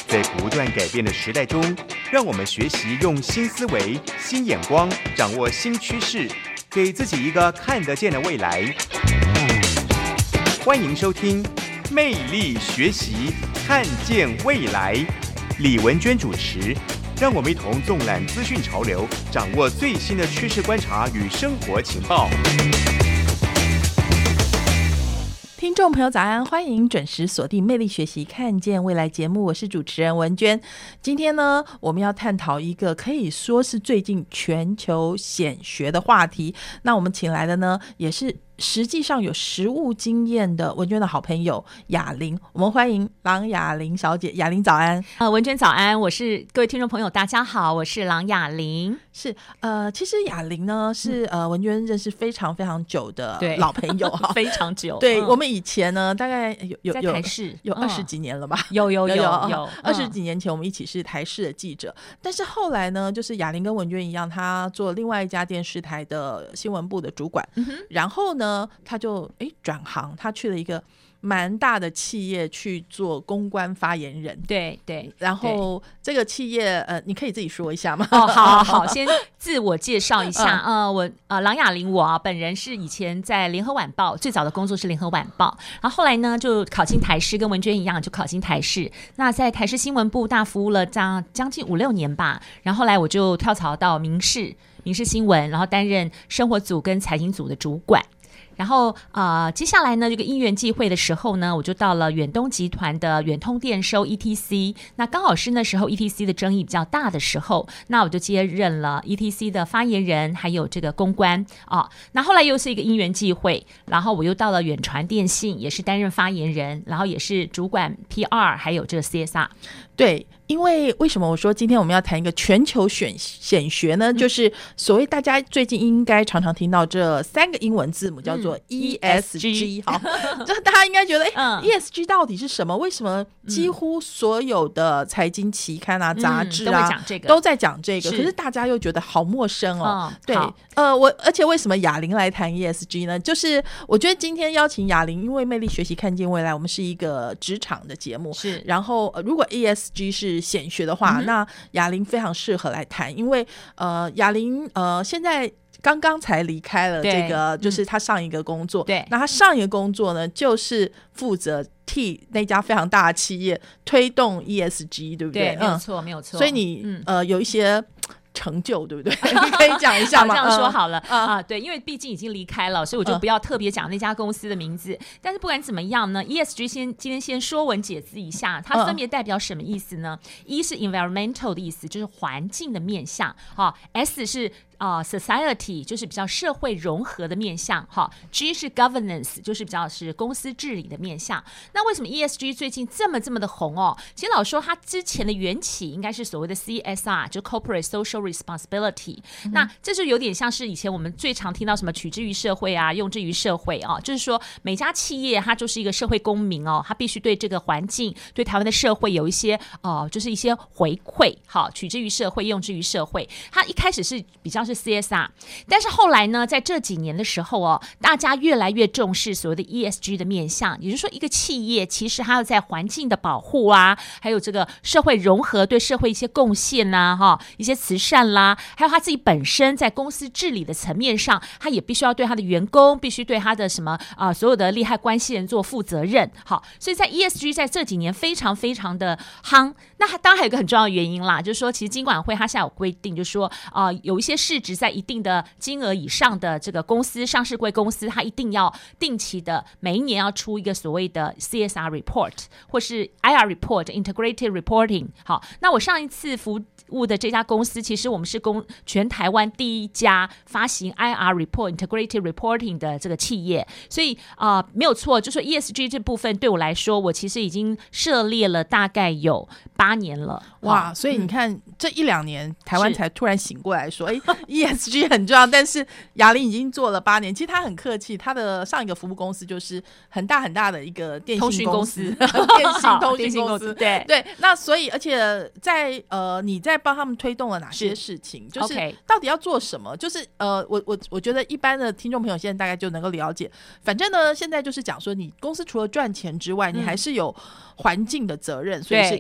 在不断改变的时代中，让我们学习用新思维、新眼光，掌握新趋势，给自己一个看得见的未来。欢迎收听《魅力学习，看见未来》，李文娟主持。让我们一同纵览资讯潮流，掌握最新的趋势观察与生活情报。 听众朋友早安，欢迎准时锁定魅力学习看见未来节目，我是主持人文娟。今天呢，我们要探讨一个可以说是最近全球显学的话题。那我们请来的呢，也是实际上有实务经验的文娟的好朋友雅玲，我们欢迎郎雅玲小姐。雅玲早安。 文娟早安，我是各位听众朋友大家好，我是郎雅玲。 是其实雅玲呢是文娟认识非常非常久的老朋友哈， 非常久。 对，我们以前呢大概有在台视有20几年了吧？ 有 20几年前我们一起是台视的记者，但是后来呢，就是雅玲跟文娟一样，她做另外一家电视台的新闻部的主管，然后呢他就转行，他去了一个蛮大的企业去做公关发言人。 对， 然后这个企业你可以自己说一下吗？ 好，先自我介绍一下。我郎雅玲，我本人是以前在联合晚报，最早的工作是联合晚报，然后后来呢就考进台视，跟文娟一样就考进台视。那在台视新闻部大服务了将近5-6年吧，然后后来我就跳槽到民视新闻，然后担任生活组跟财经组的主管。然后接下来呢，这个因缘际会的时候呢，我就到了远东集团的远通电收 ETC， 那刚好是那时候 ETC 的争议比较大的时候，那我就接任了 ETC 的发言人，还有这个公关那后来又是一个因缘际会，然后我又到了远传电信，也是担任发言人，然后也是主管 PR 还有这个 CSR。 对，因为为什么我说今天我们要谈一个全球显学呢？就是所谓大家最近应该常常听到这3个英文字母叫做 ESG。好，就大家应该觉得ESG 到底是什么？为什么几乎所有的财经期刊啊、杂志啊都在讲这个？可是大家又觉得好陌生哦。对，而且为什么雅玲来谈 ESG 呢？就是我觉得今天邀请雅玲，因为魅力学习看见未来，我们是一个职场的节目， 是。 然后如果 ESG 是显学的话，那雅玲非常适合来谈，因为雅玲现在刚刚才离开了这个，就是他上一个工作。 对， 那他上一个工作呢，就是负责替那家非常大的企业推动 ESG， 对不对？ 对，没有错。 所以你有一些成就，对不对？你可以讲一下吗？ 这样说好了对，因为毕竟已经离开了，所以我就不要特别讲那家公司的名字。但是不管怎么样呢 ，ESG 今天先说文解字一下，它分别代表什么意思呢？E 是 environmental 的意思，就是环境的面向；S 是society， 就是比较社会融合的面向；G 是 governance， 就是比较是公司治理的面向。那为什么 ESG 最近这么的红其实老说它之前的缘起应该是所谓的 CSR， 就 corporate social responsibility。那这就有点像是以前我们最常听到什么取之于社会啊，用之于社会就是说每家企业它就是一个社会公民它必须对这个环境、对台湾的社会有一些就是一些回馈，取之于社会，用之于社会。它一开始是比较是 CSR， 但是后来呢，在这几年的时候大家越来越重视所谓的 ESG 的面向，也就是说一个企业其实它要在环境的保护还有这个社会融合，对社会一些贡献一些慈善啦，还有他自己本身在公司治理的层面上，他也必须要对他的员工，必须对他的什么所有的利害关系人做负责任。所以在 ESG 在这几年非常非常的夯。那当然还有一个很重要的原因啦，就是说其实金管会它现在有规定，就是说有一些市值在一定的金额以上的这个公司，上市柜公司，它一定要定期的每一年要出一个所谓的 CSR report 或是 IR report integrated reporting。 好，那我上一次服务的这家公司，其实我们是全台湾第一家发行 IR report integrated reporting 的这个企业，所以没有错，就说 ESG 这部分对我来说，我其实已经涉猎了大概有8年了。 哇，所以你看这1-2年台湾才突然醒过来说ESG 很重要，但是雅玲已经做了8年。其实他很客气，他的上一个服务公司就是很大很大的一个电信公司电信公司对，那所以而且在你在帮他们推动了哪些事情，就是到底要做什么，就是我觉得一般的听众朋友现在大概就能够了解。反正呢现在就是讲说，你公司除了赚钱之外，你还是有环境的责任，所以是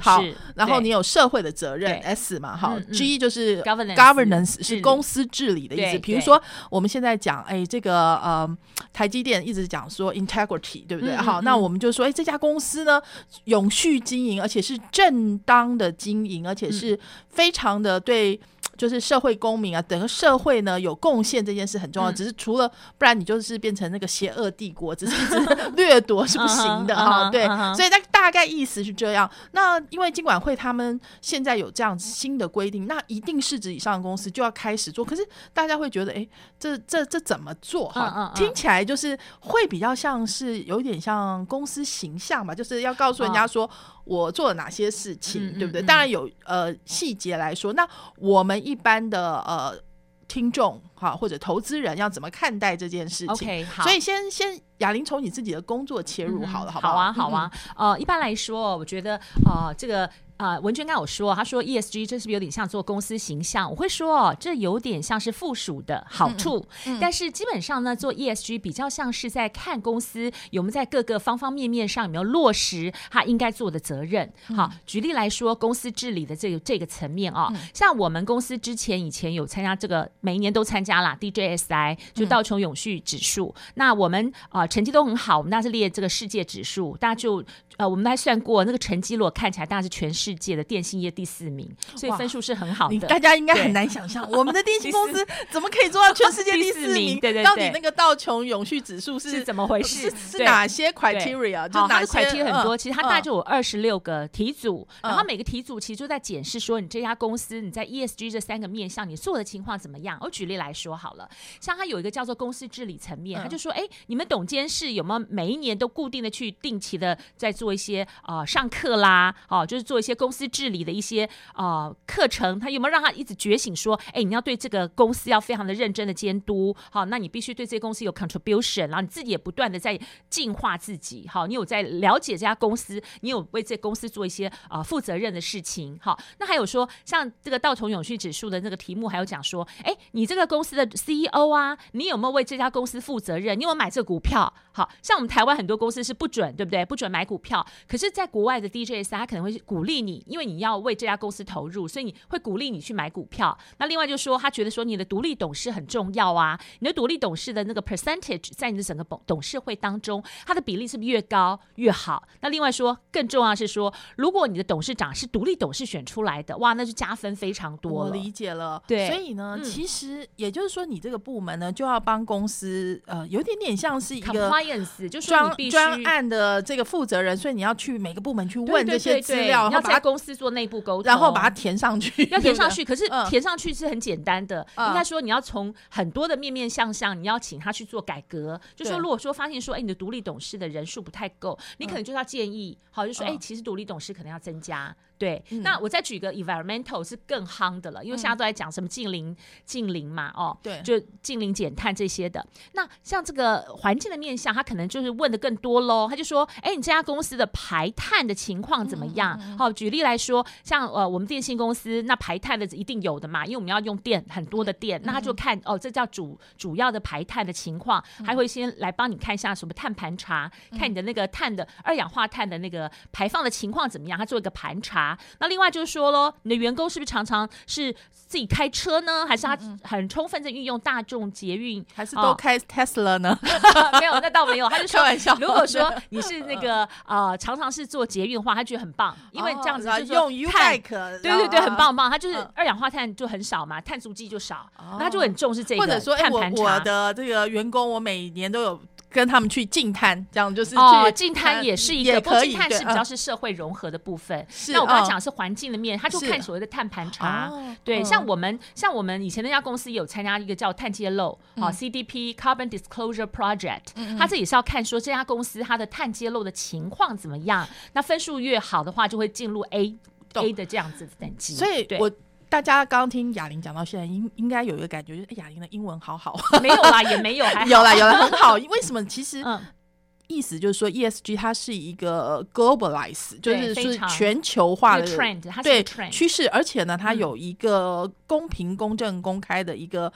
好，然后你有社会的责任 S 嘛，好，G 就是 governance 是公司治理的意思。比如说我们现在讲这个台积电一直讲说 integrity 对不对？好，那我们就说这家公司呢永续经营，而且是正当的经营，而且是非常的对就是社会公民啊，整个社会呢有贡献，这件事很重要。只是除了不然你就是变成那个邪恶帝国，只是一直掠夺是不行的哈。对，所以大概意思是这样。那因为金管会他们现在有这样新的规定，那一定市值以上的公司就要开始做。可是大家会觉得，这怎么做哈？听起来就是会比较像是有一点像公司形象吧，就是要告诉人家说我做了哪些事情，对不对？当然有细节来说，那我们一般的听众或者投资人要怎么看待这件事情 ？OK， 好， 所以先雅玲从你自己的工作切入好了，好不好？ 好啊。一般来说，我觉得这个。文娟刚有说，他说 ESG 这是不是有点像做公司形象？我会说这有点像是附属的好处，但是基本上呢，做 ESG 比较像是在看公司有没有在各个方方面面上有没有落实他应该做的责任。好，举例来说，公司治理的这个层面像我们公司以前有参加这个，每一年都参加啦 DJSI 就道琼永续指数。那我们成绩都很好，我们大家是列这个世界指数，大家就我们还算过那个成绩，如果看起来大概是全世界的电信业第4名，所以分数是很好的。 大家应该很难想象，我们的电信公司怎么可以做到全世界第4名？ 对， 到底那个道琼永续指数是怎么回事？ 是哪些 criteria？ 就哪些 criteria 很多，其实它大概就有26个题组，然后每个题组其实就在检视说你这家公司你在 ESG 这3个面向你做的情况怎么样。我举例来说好了，像它有一个叫做公司治理层面，他就说你们董监事有没有每一年都固定的去定期的在做一些上课啦，就是做一些公司治理的一些课程，他有没有让他一直觉醒说你要对这个公司要非常的认真的监督，好，那你必须对这些公司有 contribution， 然后你自己也不断的在进化自己，好，你有在了解这家公司，你有为这公司做一些负责任的事情。好，那还有说像这个道琼永续指数的那个题目还有讲说你这个公司的 CEO 啊，你有没有为这家公司负责任，你有没有买这个股票。好像我们台湾很多公司是不准，对不对？不准买股票，可是在国外的 DJSI 他可能会鼓励你，因为你要为这家公司投入，所以你会鼓励你去买股票。那另外就说他觉得说你的独立董事很重要啊，你的独立董事的那个 percentage 在你的整个董事会当中，它的比例是不是越高越好？那另外说更重要是说，如果你的董事长是独立董事选出来的，哇，那就加分非常多了。 我理解了， 对， 所以呢，其实也就是说，你这个部门呢，就要帮公司有点点像是一个 compliance， 就说你必须专案的这个负责人，所以你要去每个部门去问这些资料， 你要在公司做内部沟通， 然后把它填上去， 要填上去。可是填上去是很简单的，应该说你要从很多的面面向上，你要请他去做改革。就说如果说发现说，你的独立董事的人数不太够，你可能就要建议，好，就说其实独立董事可能要增加。对，那我再举个 environmental 是更夯的了，因为现在都在讲什么净零嘛， 对， 就净零减碳这些的。那像这个环境的面向，他可能就是问的更多咯，他就说，你这家公司的排碳的情况怎么样？好，举例来说，像我们电信公司，那排碳的一定有的嘛，因为我们要用很多的电，那他就看这叫主要的排碳的情况，还会先来帮你看一下什么碳盘查，看你的那个碳的二氧化碳的那个排放的情况怎么样，他做一个盘查。那另外就是说咯，你的员工是不是常常是自己开车呢？还是他很充分的运用大众捷运？ 还是都开 Tesla 呢？ 没有，那倒没有。他就说， 开玩笑， 如果说你是那个常常是做捷运的话，他觉得很棒，因为这样子就是用 U-bike， 对，很棒，他就是二氧化碳就很少嘛，碳足迹就少，那他就很重视这个。 或者说，我的这个员工，我每年都有跟他们去净滩，这样就是净滩也是一个，不过净滩是比较是社会融合的部分。那我刚刚讲的是环境的面，他就看所谓的碳盘查。对，像我们以前那家公司也有参加一个叫碳揭露CDP Carbon Disclosure Project，他这也是要看说这家公司它的碳揭露的情况怎么样，那分数越好的话就会进入 A 的这样子的等级。 所以大家刚刚听雅玲讲到现在，应该有一个感觉，就是雅玲的英文好好。 没有啦，也没有，还好有啦，很好。为什么？其实意思就是说 ESG 它是一个 globalize， 就是全球化的 trend， 它是对 trend 趋势，而且呢，它有一个公平、公正、公开的一个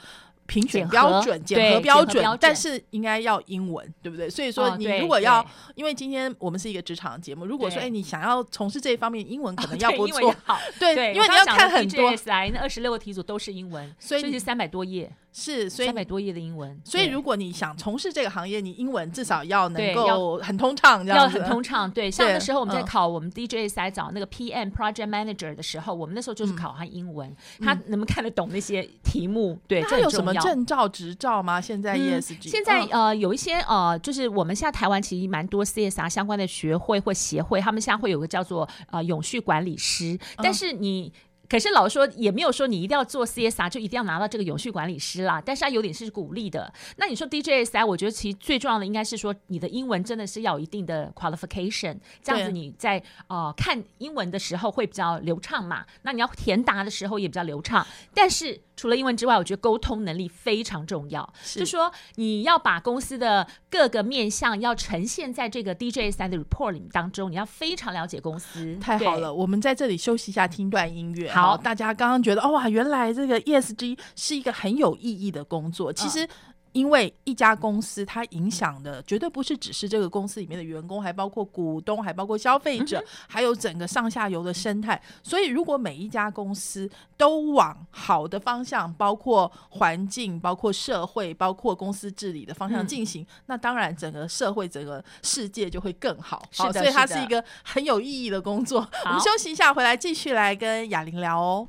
评选标准、检核标准，但是应该要英文，对不对？所以说你如果要，因为今天我们是一个职场节目，如果说你想要从事这一方面，英文可能要不错，对，因为你要看很多 DJSI 那26个题组都是英文，所以是300多页。 是，所以 300多页的英文， 所以如果你想从事这个行业，你英文至少要能够很通畅，这样子要很通畅。对，像那时候我们在考我们 DJSI 找那个 PM Project Manager 的时候，我们那时候就是考他英文，他能不能看得懂那些题目？对， 他有什么证照、执照吗？现在 ESG 现在有一些就是我们现在台湾其实蛮多 CSR 相关的学会或协会，他们现在会有个叫做永续管理师，但是可是老实说也没有说你一定要做 CSR 就一定要拿到这个永续管理师啦，但是它有点是鼓励的。那你说 DJSI 我觉得其实最重要的应该是说你的英文真的是要有一定的 qualification， 这样子你在看英文的时候会比较流畅嘛，那你要填答的时候也比较流畅。但是除了英文之外，我觉得沟通能力非常重要，就说你要把公司的各个面向要呈现在这个 DJSI 的 report 当中，你要非常了解公司。 太好了，我们在这里休息一下，听段音乐。好，大家刚刚觉得哇，原来这个 ESG 是一个很有意义的工作。其实因为一家公司它影响的绝对不是只是这个公司里面的员工，还包括股东，还包括消费者，还有整个上下游的生态。所以如果每一家公司都往好的方向，包括环境，包括社会，包括公司治理的方向进行，那当然整个社会，整个世界就会更好。好，所以它是一个很有意义的工作。我们休息一下，回来继续来跟雅玲聊哦。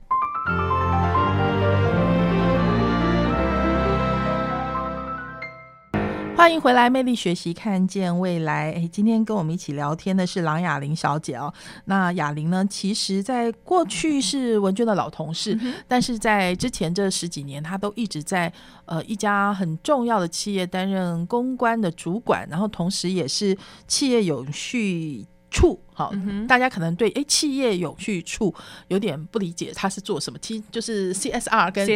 欢迎回来，魅力学习，看见未来。今天跟我们一起聊天的是郎雅玲小姐哦。那雅玲呢，其实在过去是文娟的老同事，但是在之前这10几年，她都一直在一家很重要的企业担任公关的主管，然后同时也是企业永续处。好，大家可能对企业永续处有点不理解，它是做什么？其实就是 CSR 跟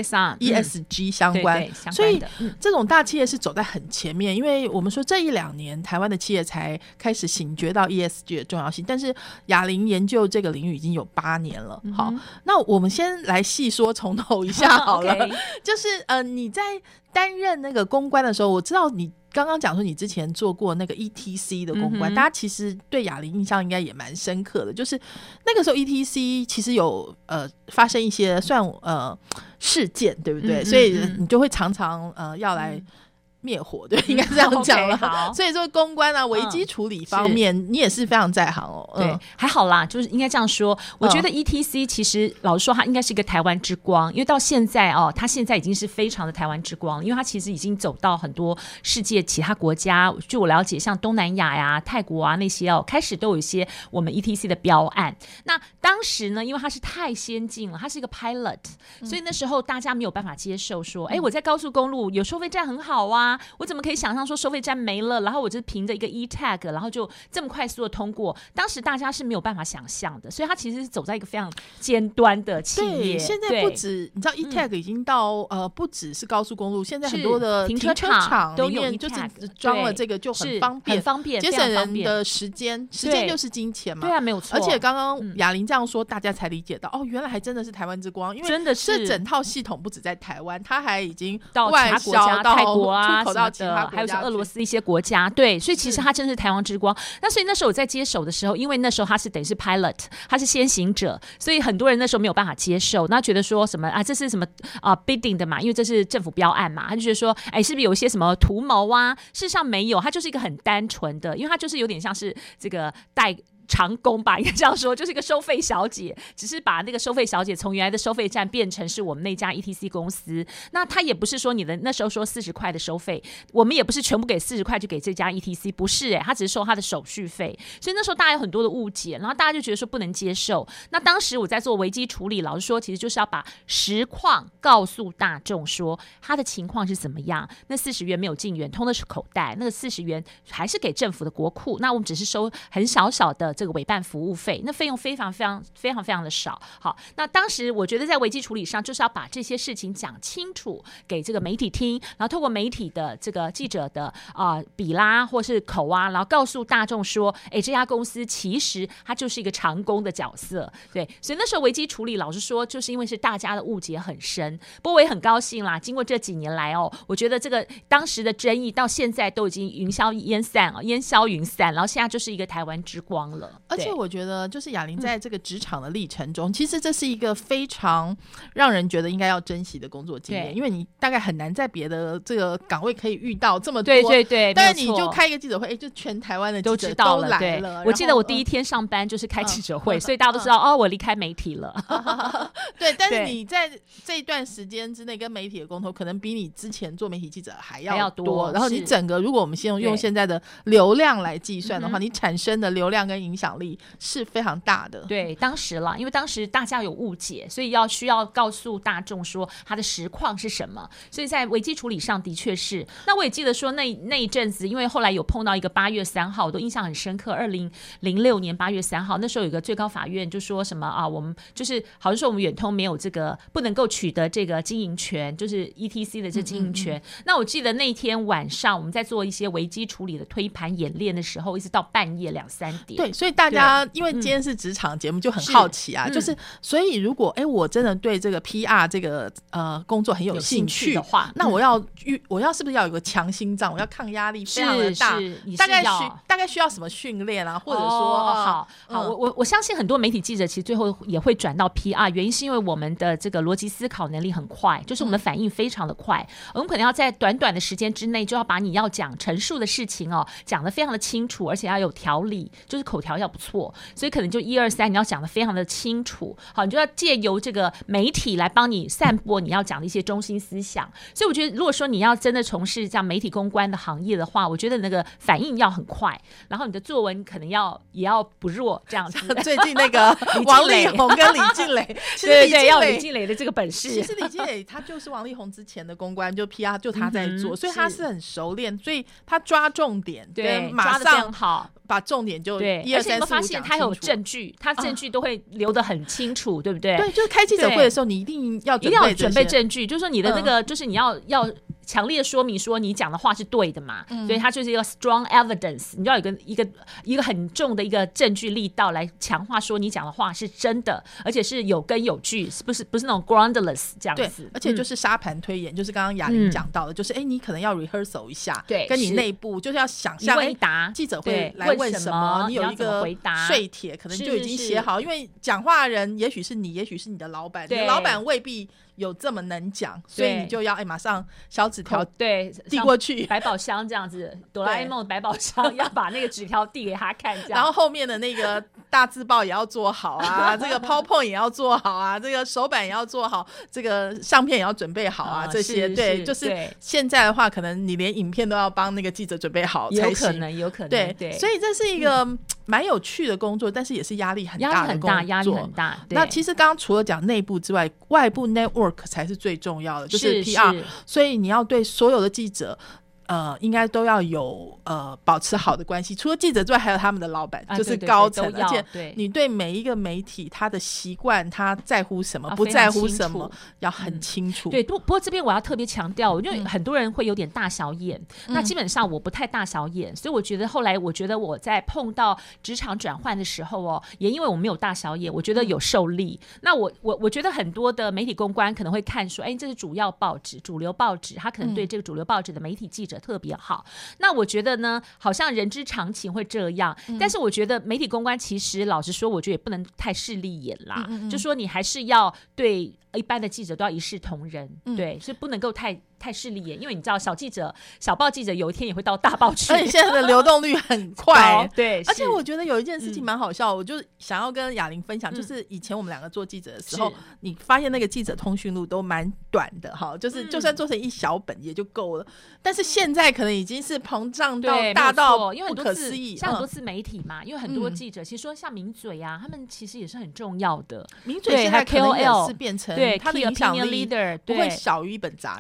ESG 相关， 对对， 所以这种大企业是走在很前面。因为我们说这1-2年台湾的企业才开始醒觉到 ESG 的重要性，但是雅玲研究这个领域已经有8年了。好，那我们先来细说从头一下好了。就是你在担任那个公关的时候，我知道你刚刚讲说你之前做过那个 ETC 的公关，大家其实对雅玲印象应该也蛮深刻的，就是那个时候 ETC 其实有发生一些算事件，对不对？所以你就会常常要来灭火，对，应该这样讲了。 好， 所以说公关啊、危机处理方面，你也是非常在行哦。 对，还好啦，就是应该这样说。我觉得 ETC 其实老实说，它应该是一个台湾之光，因为到现在它现在已经是非常的台湾之光，因为它其实已经走到很多世界其他国家。据我了解，像东南亚呀、泰国啊那些开始都有一些我们 ETC 的标案。那当时呢，因为它是太先进了，它是一个 pilot，所以那时候大家没有办法接受说，我在高速公路有收费站很好啊。我怎么可以想象说收费站没了，然后我就凭着一个 e-tag， 然后就这么快速的通过？当时大家是没有办法想象的，所以它其实是走在一个非常尖端的企业。 对，现在不止，你知道 e-tag 已经到不只是高速公路，现在很多的停车场里面就是装了这个，就很方便， 很方便， 节省人的时间，时间就是金钱嘛。 对啊，没有错。 而且刚刚雅玲这样说，大家才理解到原来还真的是台湾之光，因为真的是这整套系统不止在台湾，它还已经到其他国家，泰国啊， 出口到其他国家， 还有像俄罗斯一些国家。对，所以其实它真的是台湾之光。那所以那时候我在接手的时候，因为那时候它是等于是 pilot， 它是先行者，所以很多人那时候没有办法接受，那觉得说什么这是什么bidding 的嘛，因为这是政府标案嘛，他就觉得说是不是有一些什么图谋啊？事实上没有，它就是一个很单纯的，因为它就是有点像是这个长工吧，应该这样说，就是一个收费小姐，只是把那个收费小姐从原来的收费站变成是我们那家 ETC 公司。那他也不是说你的那时候说40块的收费，我们也不是全部给40块就给这家 ETC， 不是他只是收他的手续费。所以那时候大家有很多的误解，然后大家就觉得说不能接受。那当时我在做危机处理，老实说，其实就是要把实况告诉大众说他的情况是怎么样。那40元没有进源，通的是口袋，那个40元还是给政府的国库。那我们只是收很小小的这个委办服务费，那费用非常的少。好，那当时我觉得在危机处理上，就是要把这些事情讲清楚给这个媒体听，然后透过媒体的这个记者的比拉或是口啊，然后告诉大众说，这家公司其实它就是一个长工的角色。对，所以那时候危机处理，老实说，就是因为是大家的误解很深。不过我也很高兴啦，经过这几年来我觉得这个当时的争议到现在都已经烟消云散，然后现在就是一个台湾之光了。 而且我觉得就是雅玲在这个职场的历程中，其实这是一个非常让人觉得应该要珍惜的工作经验，因为你大概很难在别的这个岗位可以遇到这么多。 对， 但是你就开一个记者会，就全台湾的记者都来了。 我记得我第一天上班就是开记者会，所以大家都知道我离开媒体了。 对，但是你在这一段时间之内跟媒体的沟通，可能比你之前做媒体记者还要多。然后你整个，如果我们先用现在的流量来计算的话，你产生的流量跟影响力是非常大的。 对，当时因为当时大家有误解，所以需要告诉大众说它的实况是什么。所以在危机处理上的确是。那我也记得说那一阵子，因为后来有碰到一个8月3号，我都印象很深刻。2006年8月3号，那时候有一个最高法院就说什么我们就是好像说我们远通没有这个不能够取得这个经营权，就是 ETC 的这经营权。那我记得那天晚上我们在做一些危机处理的推盘演练的时候，一直到半夜2-3点。 对，所以大家因为今天是职场节目，就很好奇啊，就是所以如果我真的对这个 PR 这个工作很有兴趣的话， 那我要是不是要有个强心脏？我要抗压力非常的大，大概需要什么训练啊？或者说好，我相信很多媒体记者其实最后也会转到 PR， 原因是因为我们的这个逻辑思考能力很快，就是我们的反应非常的快，我们可能要在短的时间之内就要把你要讲陈述的事情讲得非常的清楚，而且要有条理，就是口条要不错，所以可能就1、2、3你要讲得非常的清楚。好，你就要借由这个媒体来帮你散播你要讲的一些中心思想。所以我觉得如果说你要真的从事这样媒体公关的行业的话，我觉得那个反应要很快，然后你的作文可能也要不弱这样子。 最近那个王力宏跟李静蕾， 对，要李静蕾的这个本事。 其实李静蕾他就是王力宏之前的公关，就 PR 就他在做，所以他是很熟练，所以他抓重点， 对， 马上好把重点就对。而且你们发现他有证据，他证据都会留得很清楚，对不对？ 对，就是开记者会的时候，你一定要准备证据，就是说你的那个，就是你要强烈说明说你讲的话是对的嘛，所以它就是一个 strong evidence， 你要有一个很重的一个证据力道来强化说你讲的话是真的，而且是有根有据，不是那种 groundless 这样子。 对，而且就是沙盘推演，就是刚刚雅玲讲到的，就是你可能要 rehearsal 一下， 对， 跟你内部就是要想象记者会来问什么，你有一个说帖可能就已经写好，因为讲话人也许是你，也许是你的老板，你的老板未必有这么能讲，所以你就要马上小纸条递过去， 百宝箱这样子，哆啦 A 梦的百宝箱要把那个纸条递给他看，这样。 然后后面的那个大字报也要做好啊，这个 PowerPoint 也要做好啊，这个手板也要做好，这个相片也要准备好啊，这些对，就是现在的话，可能你连影片都要帮那个记者准备好才行， 有可能， 对，所以这是一个蛮有趣的工作，但是也是压力很大的工作， 压力很大。 那其实刚刚除了讲内部之外，外部 network 才是最重要的，就是 PR， 所以你要对所有的记者应该都要有保持好的关系，除了记者之外还有他们的老板，就是高层，而且你对每一个媒体他的习惯，他在乎什么不在乎什么要很清楚。 对，不过这边我要特别强调，因为很多人会有点大小眼，那基本上我不太大小眼，所以我觉得后来我在碰到职场转换的时候也因为我没有大小眼，我觉得有受力。那我觉得很多的媒体公关可能会看说，这是主要报纸主流报纸，他可能对这个主流报纸的媒体记者特别好。那我觉得呢，好像人之常情会这样，但是我觉得媒体公关其实老实说，我觉得也不能太势利眼啦，就说你还是要对一般的记者都要一视同仁，对，是不能够太势利眼，因为你知道小报记者有一天也会到大报去， 而且现在的流动率很快对， 而且我觉得有一件事情蛮好笑，我就想要跟雅玲分享，就是以前我们两个做记者的时候，你发现那个记者通讯录都蛮短的就是就算做成一小本也就够了，但是现在可能已经是膨胀到大到不可思议， 像很多次媒体嘛，因为很多记者其实说像名嘴啊，他们其实也是很重要的， 名嘴现在可能也是变成他的影响力不会小于一本杂志， 不会，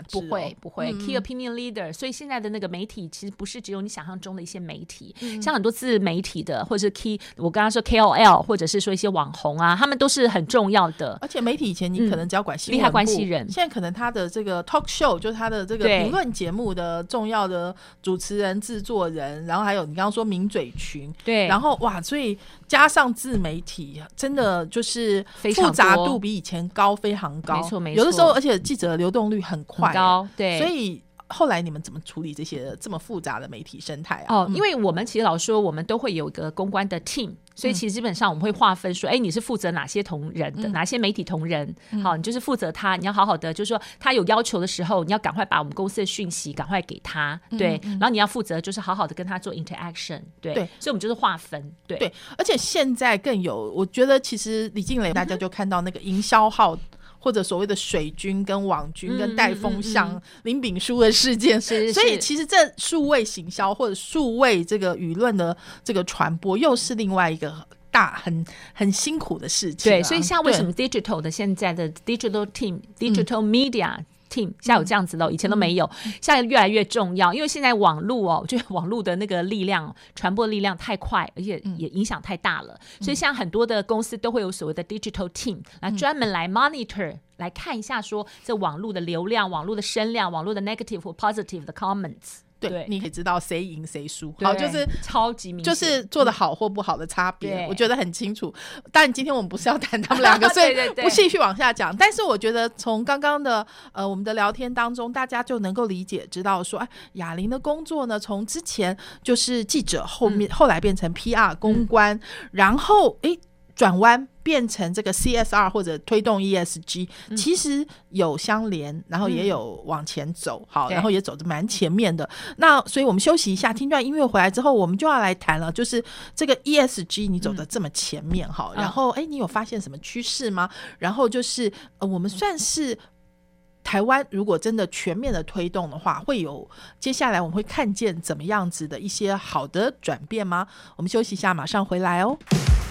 会不会，key opinion leader。所以现在的那个媒体其实不是只有你想象中的一些媒体，像很多自媒体的，或者是 key， 我刚刚说 KOL， 或者是说一些网红啊，他们都是很重要的。 而且媒体以前你可能只要管新闻部， 利害关系人， 现在可能他的这个 talk show 就是他的这个评论节目的重要的主持人、制作人，然后还有你刚刚说名嘴群， 对， 然后哇，所以加上自媒体，真的就是复杂度比以前高，非常高， 没错没错。 有的时候，而且记者的流动率很快， 很高，对， 所以。后来你们怎么处理这些这么复杂的媒体生态啊？ 因为我们其实老说我们都会有一个公关的 team， 所以其实基本上我们会划分说，你是负责哪些同仁的，哪些媒体同仁，好，你就是负责他，你要好好的，就是说他有要求的时候，你要赶快把我们公司的讯息赶快给他，对，然后你要负责就是好好的跟他做 interaction， 对，所以我们就是划分，对， 而且现在更有，我觉得其实李静蕾大家就看到那个营销号。或者所谓的水军跟网军跟带风向林炳书的事件，所以其实这数位行销或者数位这个舆论的这个传播又是另外一个很辛苦的事情。 对，所以像为什么 digital 的现在的 digital team、digital media team 现在有这样子的，以前都没有，现在越来越重要，因为现在网络我觉得网络的那个力量传播力量太快，而且也影响太大了，所以像很多的公司都会有所谓的 digital team 来专门来 monitor，来看一下说这网络的流量、网络的声量、网络的 negative 或 positive 的 comments。 对，你可以知道谁赢谁输，好，就是超级明显， 就是做的好或不好的差别，我觉得很清楚。但今天我们不是要谈他们两个，所以不继续往下讲。但是我觉得从刚刚的我们的聊天当中，大家就能够理解，知道说，雅玲的工作呢，从之前就是记者，后来变成 PR 公关，然后转弯变成这个 CSR 或者推动 ESG，其实有相连，然后也有往前走，好，然后也走得蛮前面的。那所以我们休息一下，听段音乐回来之后，我们就要来谈了，就是这个 ESG 你走得这么前面，好，然后你有发现什么趋势吗？然后就是我们算是台湾如果真的全面的推动的话，会有接下来我们会看见怎么样子的一些好的转变吗？我们休息一下，马上回来哦。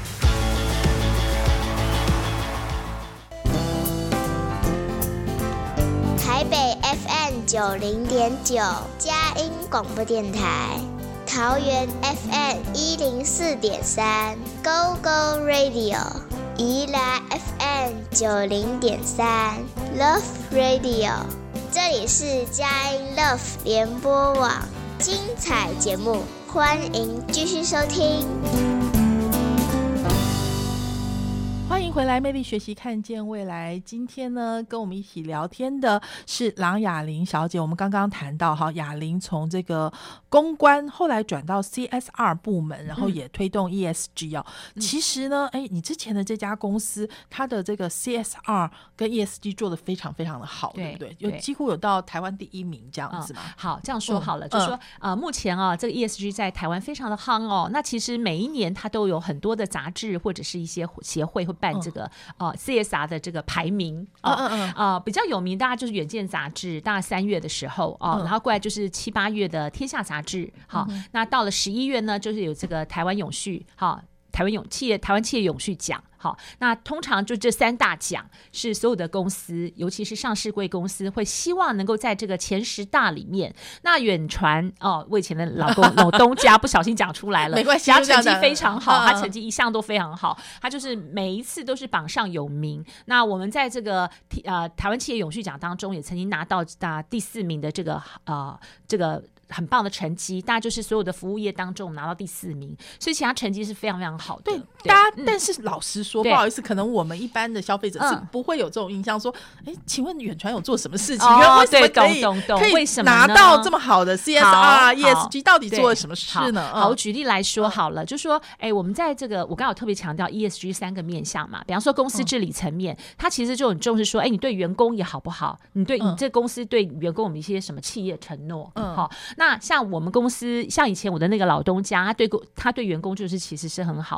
台北 FM 90.9佳音广播电台，桃园 FM 104.3 Go Go Radio， 宜兰 FM 90.3 Love Radio， 这里是佳音 Love 联播网，精彩节目，欢迎继续收听。 欢迎回来，魅力学习，看见未来。今天呢，跟我们一起聊天的是郎雅玲小姐。我们刚刚谈到雅玲从这个公关后来转到 CSR 部门，然后也推动 ESG 其实呢，你之前的这家公司，它的这个 CSR 跟 ESG 做得非常非常的好，对不对？有几乎有到台湾第1名这样子嘛。 好，这样说好了，就是说目前这个 ESG 在台湾非常的夯哦。那其实每一年它都有很多的杂志或者是一些协会会办这个CSR 的这个排名比较有名，大概就是远见杂志，大概3月的时候然后过来就是7、8月的天下杂志，好，那到了11月呢，就是有这个台湾永续，好，台湾企业永续奖。好，那通常就这3大奖是所有的公司，尤其是上市柜公司会希望能够在这个前10大里面。那远传我以前的老东家不小心讲出来了， 没关系， 他成绩非常好，他成绩一向都非常好，他就是每一次都是榜上有名。那我们在这个台湾企业永续奖当中也曾经拿到第4名的这个很棒的成绩，大概就是所有的服务业当中我们拿到第4名，所以其他成绩是非常非常好的。 对，大家但是老实说，不好意思，可能我们一般的消费者是不会有这种印象说，请问远传有做什么事情？为什么可以拿到这么好的 CSR ESG， 到底做了什么事呢？ 好，我举例来说好了，就说我们在这个我刚好特别强调 ESG 3个面向嘛，比方说公司治理层面，它其实就很重视说，你对员工也好不好，你这公司对员工有一些什么企业承诺，好。那像我们公司，像以前我的那个老东家，他对员工就是其实是很好的，他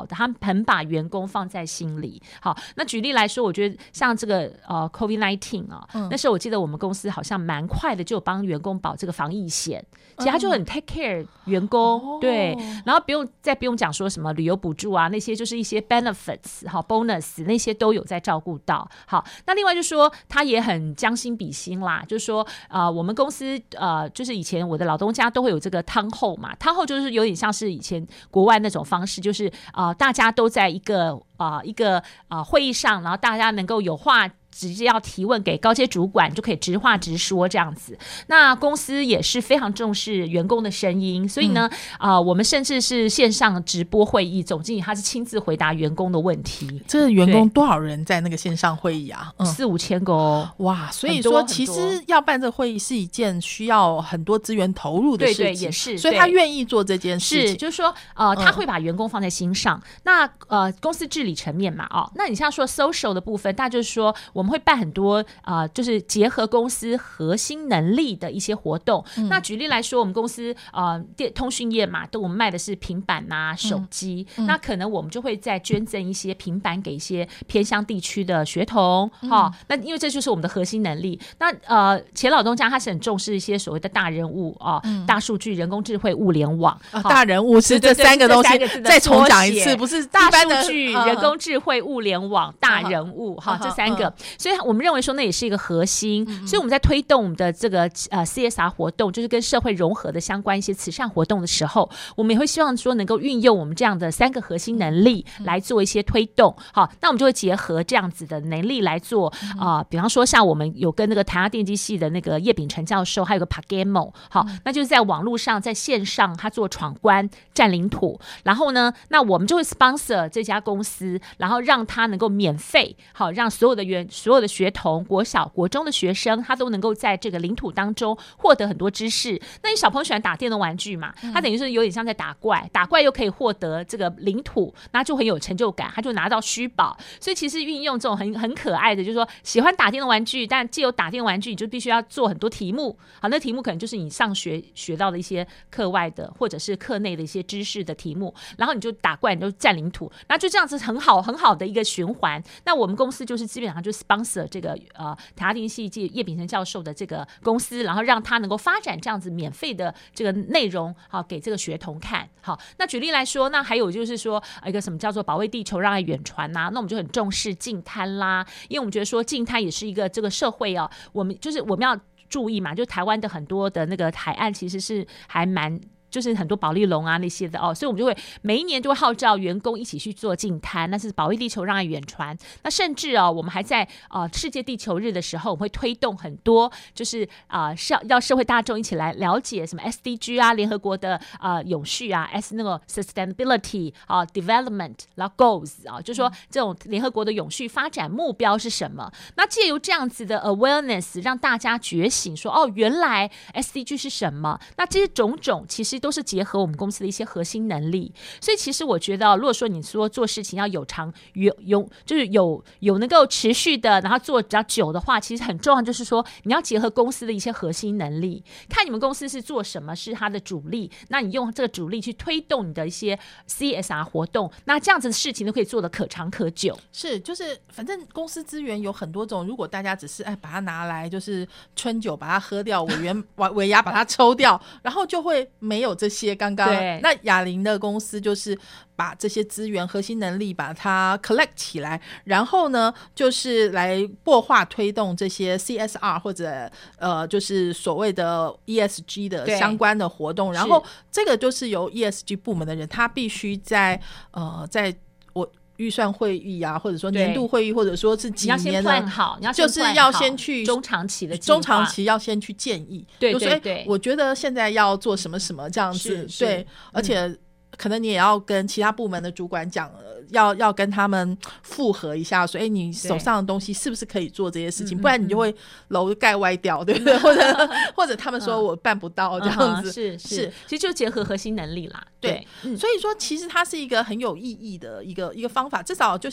很把员工放在心里。好，那举例来说，我觉得像这个COVID-19 啊，那时候我记得我们公司好像蛮快的就有帮员工保这个防疫险，其实他就很 take care 员工，对，然后不用讲说什么旅游补助啊，那些就是一些 benefits 好 bonus 那些都有在照顾到。好，那另外就说他也很将心比心啦，就是说我们公司就是以前我的老东家都会有这个汤后嘛，汤后就是有点像是以前国外那种方式，就是大家都在一个会议上，然后大家能够有话直接要提问给高阶主管，就可以直话直说这样子。那公司也是非常重视员工的声音，所以呢，我们甚至是线上直播会议，总经理他是亲自回答员工的问题。 这员工多少人在那个线上会议啊 ？4-5千个哦。 哇，所以说其实要办这个会议是一件需要很多资源投入的事情， 对，也是， 所以他愿意做这件事情， 是就是说他会把员工放在心上。那公司治理层面嘛，那你像说 social 的部分，大家就是说我们会办很多就是结合公司核心能力的一些活动。那举例来说，我们公司通讯业嘛，我们卖的是平板啊、手机，那可能我们就会再捐赠一些平板给一些偏乡地区的学童。那因为这就是我们的核心能力。那前老东家他是很重视一些所谓的大人物大数据、人工智慧、物联网。 大人物是这三个东西，再重讲一次，不是大数据、人工智慧、物联网、大人物这三个。所以我们认为说那也是一个核心。所以我们在推动我们的这个CSR 活动，就是跟社会融合的相关一些慈善活动的时候，我们也会希望说能够运用我们这样的3个核心能力来做一些推动。好，那我们就会结合这样子的能力来做比方说像我们有跟那个台大电机系的那个叶秉成教授，还有个 Pagamo， 好，那就是在网络上在线上他做闯关占领土，然后呢，那我们就会 sponsor 这家公司，然后让他能够免费，好，让所有的学童、国小、国中的学生，他都能够在这个领土当中获得很多知识。那你小朋友喜欢打电动玩具嘛？他等于是有点像在打怪，打怪又可以获得这个领土，那就很有成就感，他就拿到虚宝。所以其实运用这种很可爱的，就是说喜欢打电动玩具，但既有打电动玩具，你就必须要做很多题目。好，那题目可能就是你上学学到的一些课外的或者是课内的一些知识的题目，然后你就打怪，你就占领土，然后就这样子很好的一个循环。那我们公司就是基本上就 sponsor 这个台大电机系叶秉成教授的这个公司，然后让他能够发展这样子免费的这个内容，好给这个学童看。好，那举例来说，那还有就是说一个什么叫做保卫地球让爱远传啊，那我们就很重视净滩啦，因为我们觉得说净滩也是一个这个社会我们要注意嘛，就台湾的很多的那个海岸其实是还蛮就是很多保丽龙啊那些的所以我们就会每一年就会号召员工一起去做净滩，那是保卫地球让爱远传。那甚至我们还在世界地球日的时候，我们会推动很多就是要社会大众一起来了解什么 SDG 啊，联合国的永续啊那个 sustainability development 然后 goals 就是说这种联合国的永续发展目标是什么。那借由这样子的 awareness 让大家觉醒说原来 SDG 是什么，那这些种种其实都是结合我们公司的一些核心能力。所以其实我觉得如果说你说做事情要就是有能够持续的，然后做比较久的话，其实很重要就是说你要结合公司的一些核心能力，看你们公司是做什么是它的主力，那你用这个主力去推动你的一些 CSR 活动，那这样子的事情都可以做得可长可久。 是，就是反正公司资源有很多种，如果大家只是把它拿来就是春酒把它喝掉，尾牙把它抽掉，然后就会没有这些刚刚那雅玲的公司就是把这些资源核心能力把它 collect 起来，然后呢就是来擘画推动这些 CSR 或者就是所谓的 ESG 的相关的活动，然后这个就是由 ESG 部门的人他必须在我预算会议啊，或者说年度会议，或者说是几年的， 你要先plan好， 就是要先去中长期的中长期要先去建议。 对对对， 我觉得现在要做什么什么这样子，对，而且可能你也要跟其他部门的主管讲，要跟他们复核一下，所以你手上的东西是不是可以做这些事情，不然你就会楼盖歪掉，对不对？或者他们说我办不到这样子， 是，其实就结合核心能力啦。对， 所以说其实它是一个很有意义的一个方法，至少就像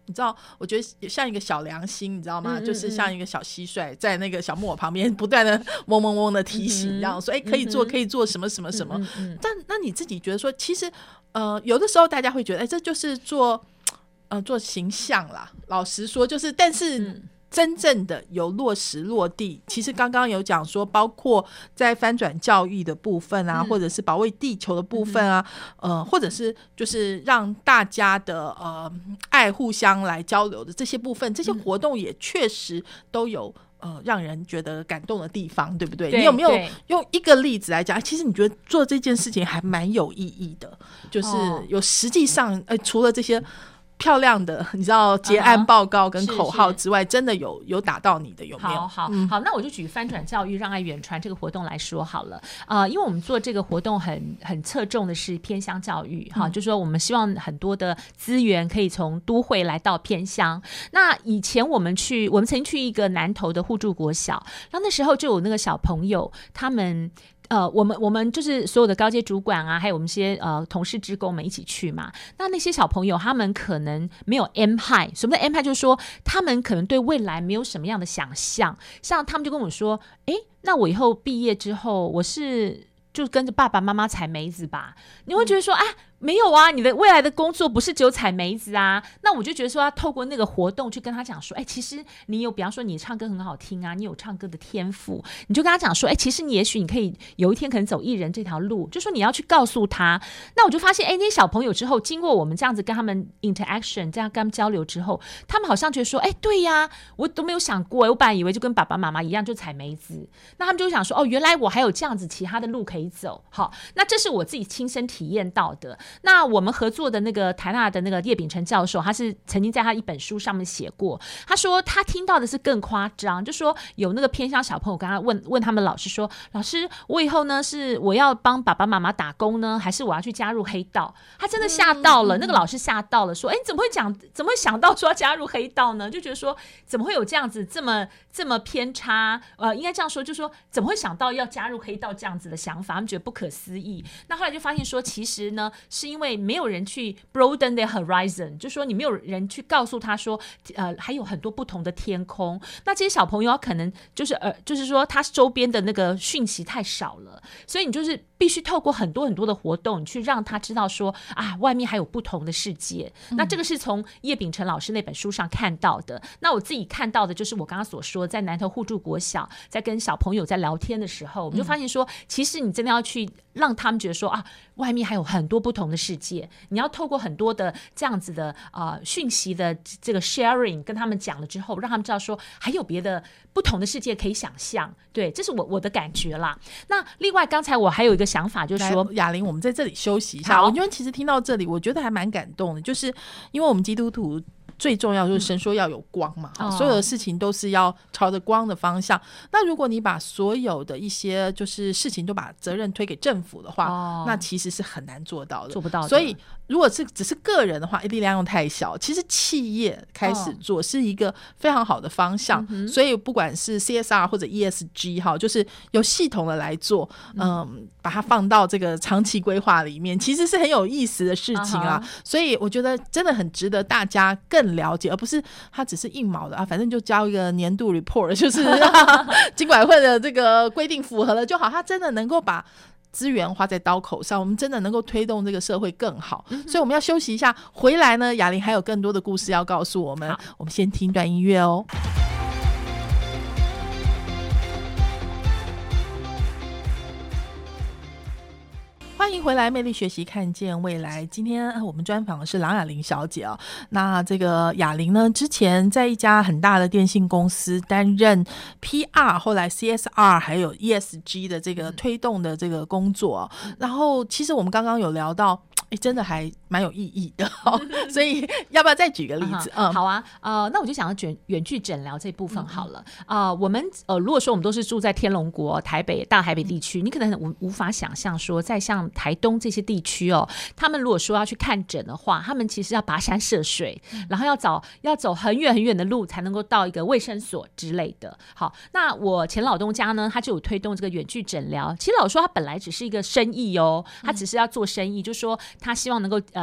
你知道，我觉得像一个小良心，你知道吗？就是像一个小蟋蟀在那个小木偶旁边不断的嗡嗡嗡的提醒，这样说，可以做，可以做什么什么什么。但那你自己觉得说，其实有的时候大家会觉得，这就是做形象啦。老实说，就是，但是。真正的有落实落地，其实刚刚有讲说，包括在翻转教育的部分啊，或者是保卫地球的部分啊，或者是就是让大家的爱互相来交流的这些部分，这些活动也确实都有让人觉得感动的地方，对不对？你有没有用一个例子来讲？其实你觉得做这件事情还蛮有意义的，就是有实际上除了这些漂亮的你知道结案报告跟口号之外，真的有打到你的有没有？ 好，那我就举翻转教育让爱远传这个活动来说好了。因为我们做这个活动很侧重的是偏乡教育，就是说我们希望很多的资源可以从都会来到偏乡。那以前我们曾经去一个南投的互助国小，然后那时候就有那个小朋友他们。我们就是所有的高阶主管啊，还有我们一些同事志工们一起去嘛。那些小朋友他们可能没有 M high， 什么叫 M high？ 就是说他们可能对未来没有什么样的想象，像他们就跟我说，那我以后毕业之后，我是就跟着爸爸妈妈采梅子吧。你会觉得说，没有啊，你的未来的工作不是只有采梅子啊。那我就觉得说要透过那个活动去跟他讲说，其实你有，比方说你唱歌很好听啊，你有唱歌的天赋，你就跟他讲说，其实你也许你可以有一天可能走艺人这条路，就说你要去告诉他。那我就发现那些小朋友之后经过我们这样子跟他们 interaction， 这样跟他们交流之后，他们好像觉得说，对呀，我都没有想过，我本来以为就跟爸爸妈妈一样就采梅子。那他们就想说，原来我还有这样子其他的路可以走。好，那这是我自己亲身体验到的。那我们合作的那个台大的那个叶丙成教授，他是曾经在他一本书上面写过，他说他听到的是更夸张，就说有那个偏乡小朋友跟他问他们老师说，老师，我以后呢是我要帮爸爸妈妈打工呢，还是我要去加入黑道？他真的吓到了，那个老师吓到了，说怎么会想到说要加入黑道呢？就觉得说怎么会有这样子这么偏差，应该这样说，就说怎么会想到要加入黑道这样子的想法，他们觉得不可思议。那后来就发现说，其实呢是因为没有人去 broaden their horizon， 就说你没有人去告诉他说还有很多不同的天空。那这些小朋友可能就是说他周边的那个讯息太少了，所以你就是必须透过很多很多的活动，你去让他知道说外面还有不同的世界。那这个是从叶丙成老师那本书上看到的。那我自己看到的就是我刚刚所说，在南投互助国小在跟小朋友在聊天的时候，我们就发现说，其实你真的要去让他们觉得说外面还有很多不同的世界，你要透过很多的这样子的讯息的这个 sharing 跟他们讲了之后，让他们知道说还有别的不同的世界可以想象。对，这是我的感觉啦。那另外刚才我还有一个想法，就是说雅玲，我们在这里休息一下。我觉得其实听到这里我觉得还蛮感动的，就是因为我们基督徒最重要就是神说要有光嘛，所有的事情都是要朝着光的方向。那如果你把所有的一些就是事情都把责任推给政府的话，那其实是很难做到的， 做不到的。 所以如果是只是个人的话，力量用太小，其实企业开始做是一个非常好的方向。所以不管是 CSR 或者 ESG 就是有系统的来做，把它放到这个长期规划里面，其实是很有意思的事情啊。所以我觉得真的很值得大家更了解，而不是它只是硬毛的反正就交一个年度 report， 就是经管会的这个规定符合了就好。它真的能够把资源花在刀口上，我们真的能够推动这个社会更好。所以我们要休息一下，回来呢，雅玲还有更多的故事要告诉我们。我们先听段音乐哦。欢迎回来，魅力学习，看见未来。今天我们专访的是郎雅玲小姐哦。那这个雅玲呢，之前在一家很大的电信公司担任 PR， 后来 CSR 还有 ESG 的这个推动的这个工作。然后其实我们刚刚有聊到，真的还蛮有意义的所以要不要再举个例子？ 好啊，那我就想要远距诊疗这部分好了。我们如果说我们都是住在天龙国、大台北地区，你可能无法想象说，在像台东这些地区他们如果说要去看诊的话，他们其实要跋山涉水，然后要走很远很远的路才能够到一个卫生所之类的。好，那我前老东家呢，他就有推动这个远距诊疗。其实老实说，他本来只是一个生意他只是要做生意，就说他希望能够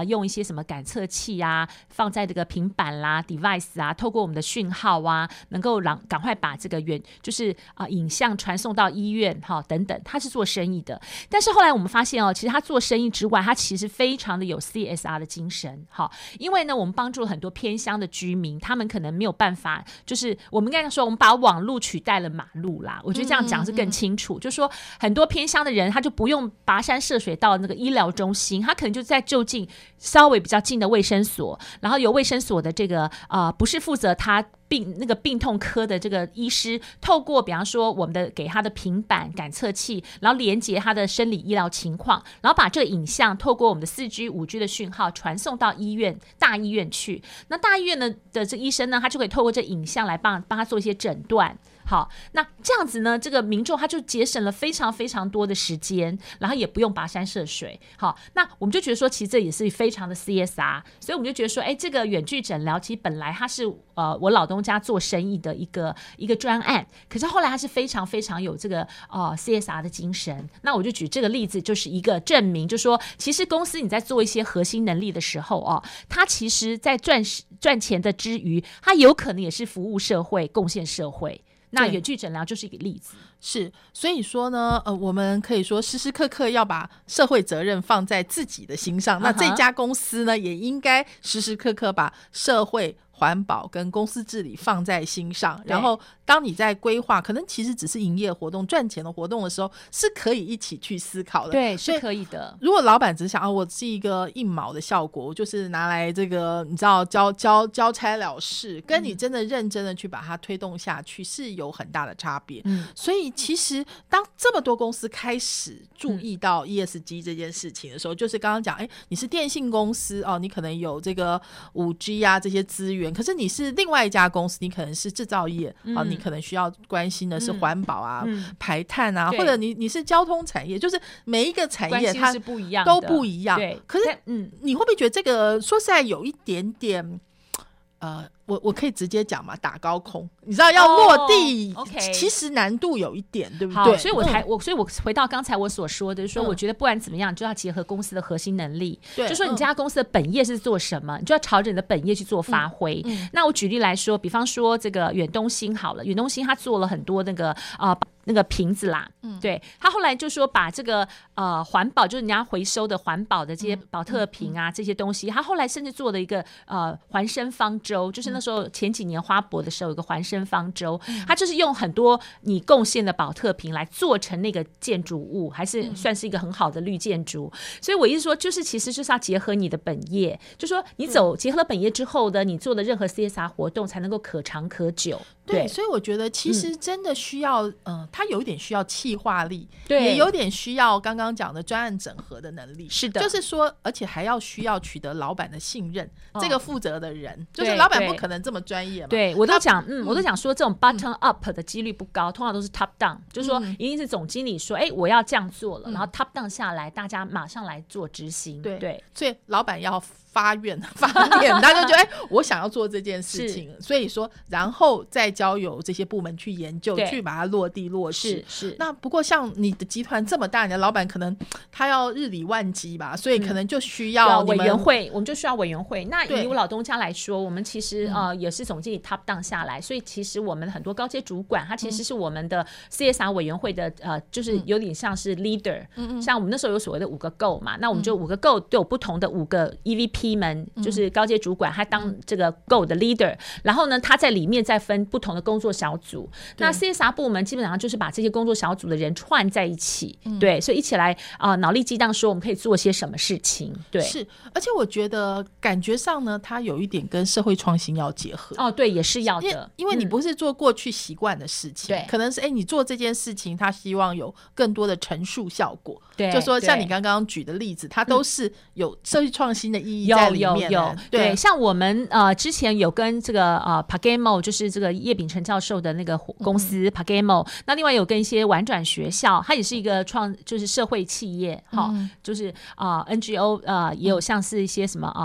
用一些什么感测器啊，放在这个平板啦 device 啊，透过我们的讯号啊，能够赶快把这个就是影像传送到医院等等，他是做生意的。但是后来我们发现其实他做生意之外，他其实非常的有 CSR 的精神。因为呢我们帮助了很多偏乡的居民，他们可能没有办法，就是我们刚才说我们把网路取代了马路啦，我觉得这样讲是更清楚。就是说很多偏乡的人他就不用跋山涉水到那个医疗中心，他可能就在就近稍微比较近的卫生所，然后由卫生所的这个不是负责他病痛科的这个医师，透过比方说我们的给他的平板感测器，然后连接他的生理医疗情况，然后把这个影像透过我们的 4G、5G 的讯号传送到大医院去。那大医院的这个医生呢，他就可以透过这影像来帮他做一些诊断。好，那这样子呢，这个民众他就节省了非常非常多的时间，然后也不用跋山涉水。好，那我们就觉得说，其实这也是非常的 CSR， 所以我们就觉得说，这个远距诊疗其实本来它是我老东家做生意的一个专案，可是后来它是非常非常有这个CSR 的精神。那我就举这个例子，就是一个证明，就是说，其实公司你在做一些核心能力的时候它其实在赚钱的之余，它有可能也是服务社会、贡献社会。那远距诊疗就是一个例子。 是，所以说呢，我们可以说时时刻刻要把社会责任放在自己的心上。那这家公司呢，也应该时时刻刻把社会环保跟公司治理放在心上，然后当你在规划可能其实只是营业活动赚钱的活动的时候，是可以一起去思考的。 对，是可以的。 如果老板只想我是一个一毛的效果，我就是拿来这个你知道交差了事，跟你真的认真的去把它推动下去是有很大的差别。所以其实当这么多公司开始注意到 ESG 这件事情的时候，就是刚刚讲你是电信公司你可能有这个 5G 啊这些资源，可是你是另外一家公司，你可能是制造业你可能需要关心的是环保啊排碳啊，或者你是交通产业，就是每一个产业它是不一样的， 都不一样。 对， 可是你会不会觉得这个说实在有一点点我可以直接讲嘛，打高空，你知道要落地其实难度有一点，对不对？ 所以我回到刚才我所说的，就是说我觉得不管怎么样，就要结合公司的核心能力。就说你这家公司的本业是做什么，你就要朝着你的本业去做发挥。那我举例来说，比方说这个远东新好了，远东新他做了很多那个瓶子啦，对，他后来就说把这个环保，就是人家回收的环保的这些保特瓶啊这些东西，他后来甚至做了一个环生方舟，就是那时候前几年花博的时候有个环生方舟，他就是用很多你贡献的保特瓶来做成那个建筑物，还是算是一个很好的绿建筑。所以我意思说，就是其实就是要结合你的本业，就说你结合了本业之后的，你做的任何 CSR 活动才能够可长可久。 对，所以我觉得其实真的需要它有一点需要企划力， 对， 也有点需要刚刚讲的专案整合的能力。 是的， 就是说而且还要需要取得老板的信任，这个负责的人就是老板不可能这么专业嘛。 对，我都讲说这种 bottom up 的几率不高，通常都是 top down， 就是说一定是总经理说我要这样做了，然后 top down 下来大家马上来做执行。对， 所以老板要发愿发念，他就觉得我想要做这件事情，所以说然后再交由这些部门去研究，去把它落地落实。 是。 那不过像你的集团这么大，你的老板可能他要日理万机吧，所以可能就需要委员会，我们就需要委员会。那以我老东家来说，我们其实也是总经理 top down 下来，所以其实我们很多高阶主管，他其实是我们的 CSR 委员会的就是有点像是 leader。像我们那时候有所谓的5个 Go 嘛，那我们就5个 Go 都有不同的5个 EVP 们，就是高阶主管，他当这个 Go 的 leader， 然后呢他在里面再分不同的工作小组。那 CSR 部门基本上就是把这些工作小组的人串在一起，对，所以一起来脑力激荡说我们可以做些什么事情。对， 是，而且我觉得感觉上呢，它有一点跟社会创新要结合。 对，也是要的， 因为你不是做过去习惯的事情，可能是你做这件事情，他希望有更多的陈述效果。 对， 就说像你刚刚举的例子，它都是有社会创新的意义在里面的。 有，对，像我们之前有跟这个Pagamo， 就是这个叶秉成教授的那个公司 Pagamo， 那另外有跟一些玩转学校，它也是一个就是社会企业，就是NGO， 也有像是一些什么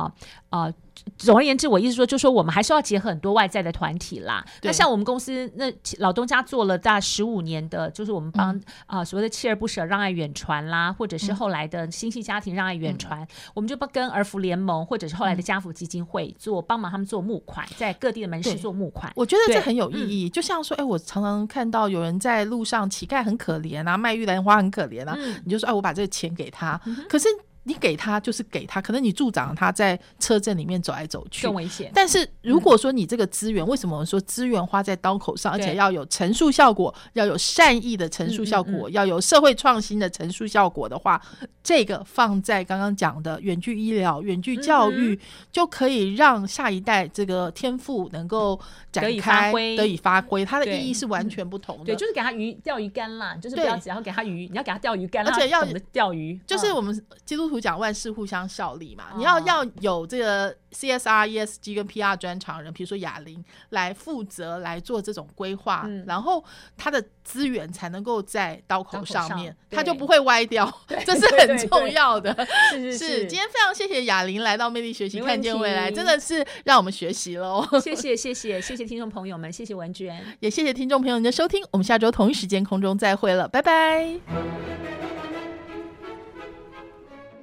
总而言之，我意思说，就是说我们还是要结合很多外在的团体啦。那像我们公司，那老东家做了大概15年的，就是我们帮所谓的锲而不舍让爱远传啦，或者是后来的新系家庭让爱远传，我们就跟儿福联盟或者是后来的家福基金会帮忙他们做募款，在各地的门市做募款。 我觉得这很有意义。就像说，我常常看到有人在路上乞丐很可怜啊，卖玉兰花很可怜啊，你就说，我把这个钱给他，可是你给他就是给他，可能你助长他在车阵里面走来走去更危险。 但是如果说你这个资源，为什么我们说资源花在刀口上，而且要有陈述效果，要有善意的陈述效果，要有社会创新的陈述效果的话，这个放在刚刚讲的远距医疗、远距教育，就可以让下一代这个天赋能够展开得以发挥，它的意义是完全不同的。 对，就是给他钓鱼竿啦，就是不要只要给他鱼，你要给他钓鱼竿， 而且要懂得钓鱼。 就是我们基督徒讲万事互相效力嘛，你要有这个 CSR、ESG 跟 PR 专长人，比如说雅玲来负责来做这种规划，然后他的资源才能够在刀口上面，他就不会歪掉，这是很重要的。是，今天非常谢谢雅玲来到魅力学习看见未来，真的是让我们学习了。 谢谢听众朋友们，谢谢文娟， 也谢谢听众朋友们的收听，我们下周同一时间空中再会了，拜拜。